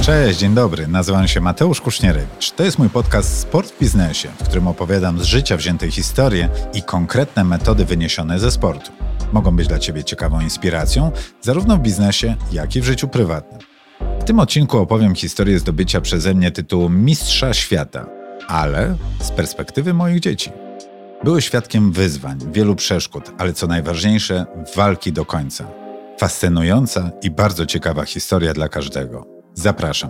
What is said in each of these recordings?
Cześć, dzień dobry, nazywam się Mateusz Kusznierewicz. To jest mój podcast Sport w biznesie, w którym opowiadam z życia wzięte historie i konkretne metody wyniesione ze sportu. Mogą być dla Ciebie ciekawą inspiracją, zarówno w biznesie, jak i w życiu prywatnym. W tym odcinku opowiem historię zdobycia przeze mnie tytułu Mistrza Świata, ale z perspektywy moich dzieci. Były świadkiem wyzwań, wielu przeszkód, ale co najważniejsze, walki do końca. Fascynująca i bardzo ciekawa historia dla każdego. Zapraszam.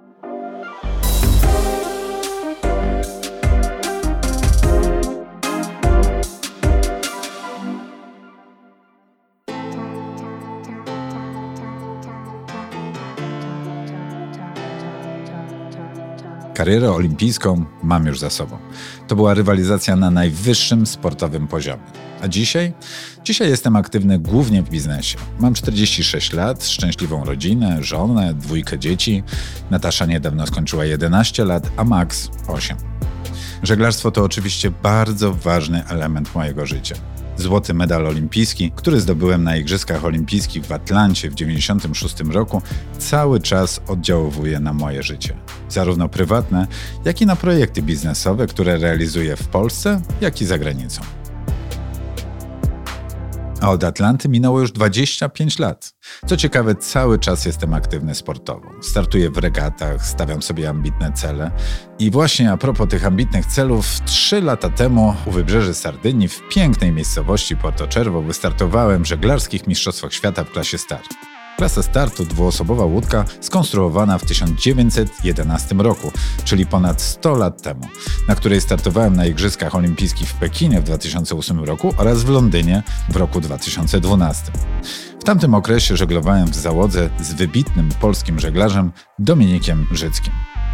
Karierę olimpijską mam już za sobą. To była rywalizacja na najwyższym sportowym poziomie. A dzisiaj? Dzisiaj jestem aktywny głównie w biznesie. Mam 46 lat, szczęśliwą rodzinę, żonę, 2 dzieci. Natasza niedawno skończyła 11 lat, a Max 8. Żeglarstwo to oczywiście bardzo ważny element mojego życia. Złoty medal olimpijski, który zdobyłem na Igrzyskach Olimpijskich w Atlancie w 1996 roku, cały czas oddziałuje na moje życie. Zarówno prywatne, jak i na projekty biznesowe, które realizuję w Polsce, jak i za granicą. A od Atlanty minęło już 25 lat. Co ciekawe, cały czas jestem aktywny sportowo. Startuję w regatach, stawiam sobie ambitne cele. I właśnie a propos tych ambitnych celów, 3 lata temu u wybrzeży Sardynii w pięknej miejscowości Porto Cervo wystartowałem w żeglarskich mistrzostwach świata w klasie start. Klasa startu, dwuosobowa łódka skonstruowana w 1911 roku, czyli ponad 100 lat temu, na której startowałem na Igrzyskach Olimpijskich w Pekinie w 2008 roku oraz w Londynie w roku 2012. W tamtym okresie żeglowałem w załodze z wybitnym polskim żeglarzem Dominikiem Życkim.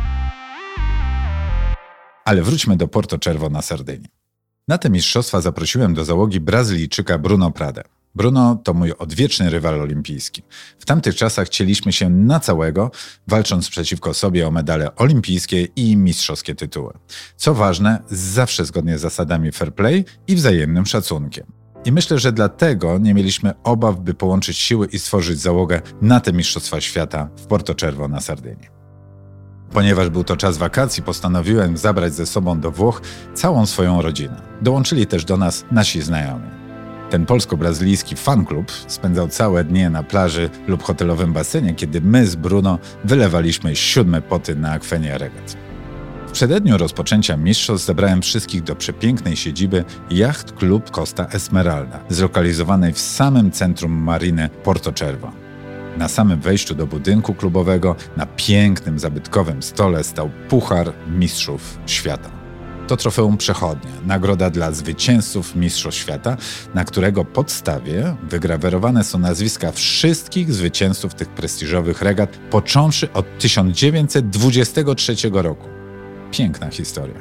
Ale wróćmy do Porto Cervo na Sardynii. Na te mistrzostwa zaprosiłem do załogi Brazylijczyka Bruno Pradę. Bruno to mój odwieczny rywal olimpijski. W tamtych czasach cieliśmy się na całego, walcząc przeciwko sobie o medale olimpijskie i mistrzowskie tytuły. Co ważne, zawsze zgodnie z zasadami fair play i wzajemnym szacunkiem. I myślę, że dlatego nie mieliśmy obaw, by połączyć siły i stworzyć załogę na te mistrzostwa świata w Porto Cervo na Sardynii. Ponieważ był to czas wakacji, postanowiłem zabrać ze sobą do Włoch całą swoją rodzinę. Dołączyli też do nas nasi znajomi. Ten polsko-brazylijski fanklub spędzał całe dnie na plaży lub hotelowym basenie, kiedy my z Bruno wylewaliśmy 7 poty na akwenie regat. W przededniu rozpoczęcia mistrzostw zabrałem wszystkich do przepięknej siedziby Yacht Club Costa Esmeralda, zlokalizowanej w samym centrum mariny Porto Cervo. Na samym wejściu do budynku klubowego na pięknym, zabytkowym stole stał Puchar Mistrzów Świata. To trofeum przechodnie, nagroda dla zwycięzców Mistrzostw Świata, na którego podstawie wygrawerowane są nazwiska wszystkich zwycięzców tych prestiżowych regat, począwszy od 1923 roku. Piękna historia.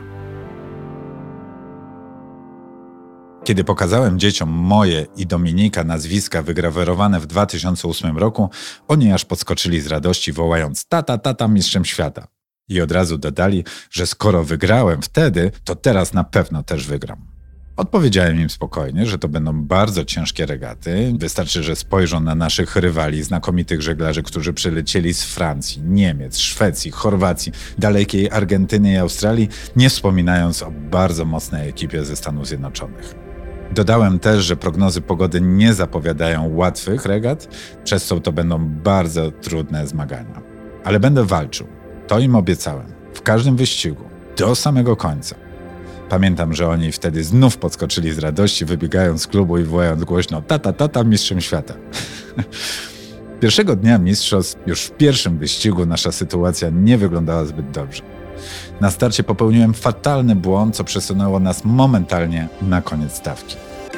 Kiedy pokazałem dzieciom moje i Dominika nazwiska wygrawerowane w 2008 roku, oni aż podskoczyli z radości, wołając tata mistrzem świata. I od razu dodali, że skoro wygrałem wtedy, to teraz na pewno też wygram. Odpowiedziałem im spokojnie, że to będą bardzo ciężkie regaty. Wystarczy, że spojrzą na naszych rywali, znakomitych żeglarzy, którzy przylecieli z Francji, Niemiec, Szwecji, Chorwacji, dalekiej Argentyny i Australii, nie wspominając o bardzo mocnej ekipie ze Stanów Zjednoczonych. Dodałem też, że prognozy pogody nie zapowiadają łatwych regat, przez co to będą bardzo trudne zmagania. Ale będę walczył. To im obiecałem. W każdym wyścigu. Do samego końca. Pamiętam, że oni wtedy znów podskoczyli z radości, wybiegając z klubu i wołając głośno tata mistrzem świata. Pierwszego dnia mistrzostw, już w pierwszym wyścigu nasza sytuacja nie wyglądała zbyt dobrze. Na starcie popełniłem fatalny błąd, co przesunęło nas momentalnie na koniec stawki.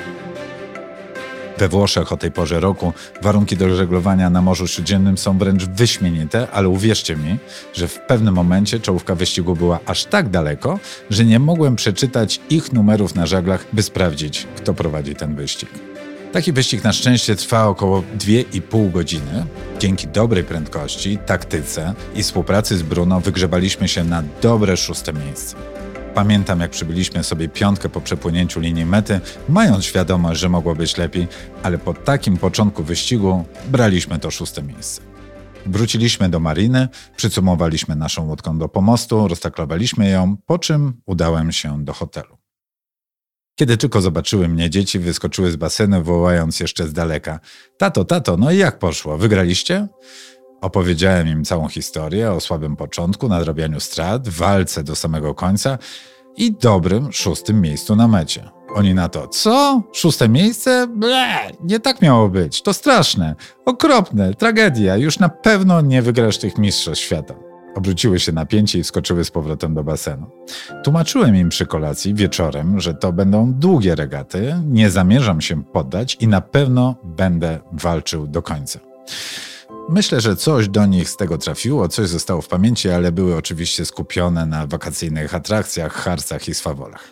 We Włoszech o tej porze roku warunki do żeglowania na Morzu Śródziemnym są wręcz wyśmienite, ale uwierzcie mi, że w pewnym momencie czołówka wyścigu była aż tak daleko, że nie mogłem przeczytać ich numerów na żaglach, by sprawdzić, kto prowadzi ten wyścig. Taki wyścig na szczęście trwa około 2,5 godziny. Dzięki dobrej prędkości, taktyce i współpracy z Bruno wygrzebaliśmy się na dobre 6. miejsce. Pamiętam, jak przybyliśmy sobie 5 po przepłynięciu linii mety, mając świadomość, że mogło być lepiej, ale po takim początku wyścigu braliśmy to 6. miejsce. Wróciliśmy do mariny, przycumowaliśmy naszą łódką do pomostu, roztaklowaliśmy ją, po czym udałem się do hotelu. Kiedy tylko zobaczyły mnie dzieci, wyskoczyły z basenu, wołając jeszcze z daleka: tato, no i jak poszło? Wygraliście? Opowiedziałem im całą historię o słabym początku, nadrabianiu strat, walce do samego końca i dobrym 6. miejscu na mecie. Oni na to: co? 6. miejsce? Nie tak miało być. To straszne, okropne, tragedia. Już na pewno nie wygrasz tych mistrzostw świata. Obróciły się na pięcie i wskoczyły z powrotem do basenu. Tłumaczyłem im przy kolacji wieczorem, że to będą długie regaty, nie zamierzam się poddać i na pewno będę walczył do końca. Myślę, że coś do nich z tego trafiło, coś zostało w pamięci, ale były oczywiście skupione na wakacyjnych atrakcjach, harcach i swawolach.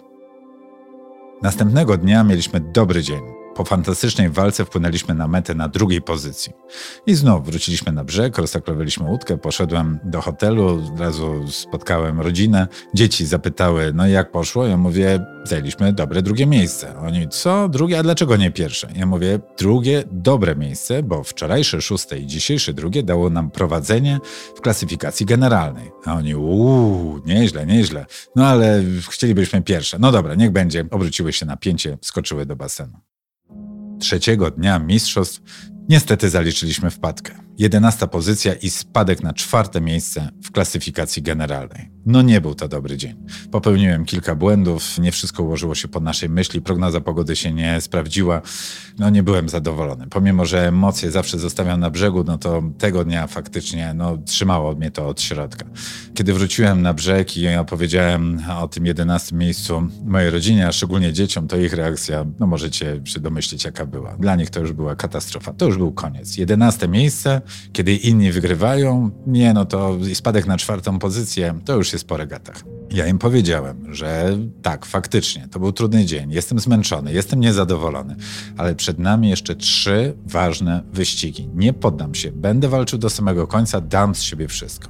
Następnego dnia mieliśmy dobry dzień. Po fantastycznej walce wpłynęliśmy na metę na 2. pozycji. I znów wróciliśmy na brzeg, roztaklowaliśmy łódkę, poszedłem do hotelu, od razu spotkałem rodzinę. Dzieci zapytały: no jak poszło? Ja mówię: zajęliśmy dobre 2. miejsce. Oni: co? Drugie? A dlaczego nie pierwsze? Ja mówię: 2. dobre miejsce, bo wczorajsze 6. i dzisiejsze 2. dało nam prowadzenie w klasyfikacji generalnej. A oni: nieźle. No ale chcielibyśmy pierwsze. No dobra, niech będzie. Obróciły się na pięcie, skoczyły do basenu. 3. dnia mistrzostw niestety zaliczyliśmy wpadkę. 11. pozycja i spadek na 4. miejsce w klasyfikacji generalnej. No nie był to dobry dzień. Popełniłem kilka błędów, nie wszystko ułożyło się po naszej myśli, prognoza pogody się nie sprawdziła. No nie byłem zadowolony. Pomimo że emocje zawsze zostawiam na brzegu, no to tego dnia faktycznie trzymało mnie to od środka. Kiedy wróciłem na brzeg i opowiedziałem o tym 11. miejscu mojej rodzinie, a szczególnie dzieciom, to ich reakcja, możecie się domyślić jaka była. Dla nich to już była katastrofa. To już był koniec. 11. miejsce, kiedy inni wygrywają, to spadek na 4. pozycję, to już jest po regatach. Ja im powiedziałem, że tak, faktycznie, to był trudny dzień, jestem zmęczony, jestem niezadowolony, ale przed nami jeszcze 3 ważne wyścigi. Nie poddam się, będę walczył do samego końca, dam z siebie wszystko.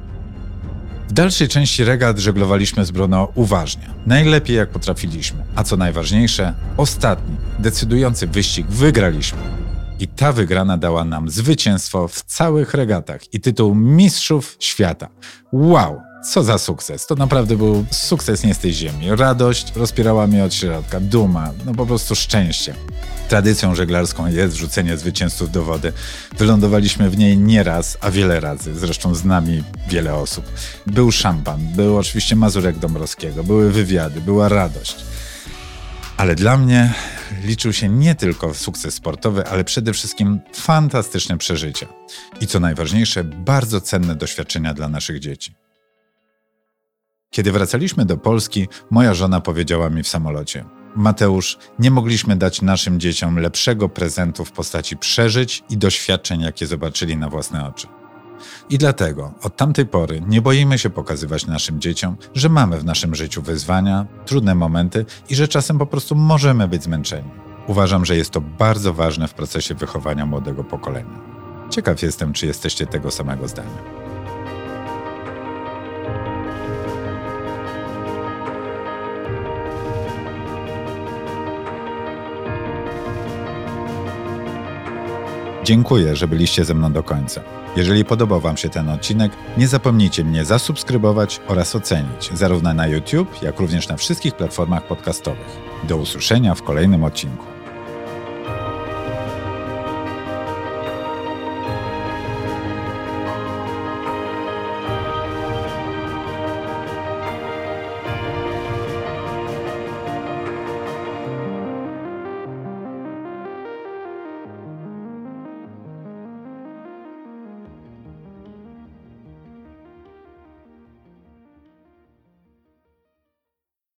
W dalszej części regat żeglowaliśmy z Bruno uważnie, najlepiej jak potrafiliśmy, a co najważniejsze, ostatni, decydujący wyścig wygraliśmy. I ta wygrana dała nam zwycięstwo w całych regatach i tytuł Mistrzów Świata. Wow, co za sukces. To naprawdę był sukces nie z tej ziemi. Radość rozpierała mnie od środka, duma, po prostu szczęście. Tradycją żeglarską jest wrzucenie zwycięzców do wody. Wylądowaliśmy w niej nie raz, a wiele razy. Zresztą z nami wiele osób. Był szampan, był oczywiście Mazurek Dąbrowskiego, były wywiady, była radość. Ale dla mnie liczył się nie tylko sukces sportowy, ale przede wszystkim fantastyczne przeżycia. I co najważniejsze, bardzo cenne doświadczenia dla naszych dzieci. Kiedy wracaliśmy do Polski, moja żona powiedziała mi w samolocie: Mateusz, nie mogliśmy dać naszym dzieciom lepszego prezentu w postaci przeżyć i doświadczeń, jakie zobaczyli na własne oczy. I dlatego od tamtej pory nie boimy się pokazywać naszym dzieciom, że mamy w naszym życiu wyzwania, trudne momenty i że czasem po prostu możemy być zmęczeni. Uważam, że jest to bardzo ważne w procesie wychowania młodego pokolenia. Ciekaw jestem, czy jesteście tego samego zdania. Dziękuję, że byliście ze mną do końca. Jeżeli podobał Wam się ten odcinek, nie zapomnijcie mnie zasubskrybować oraz ocenić, zarówno na YouTube, jak również na wszystkich platformach podcastowych. Do usłyszenia w kolejnym odcinku.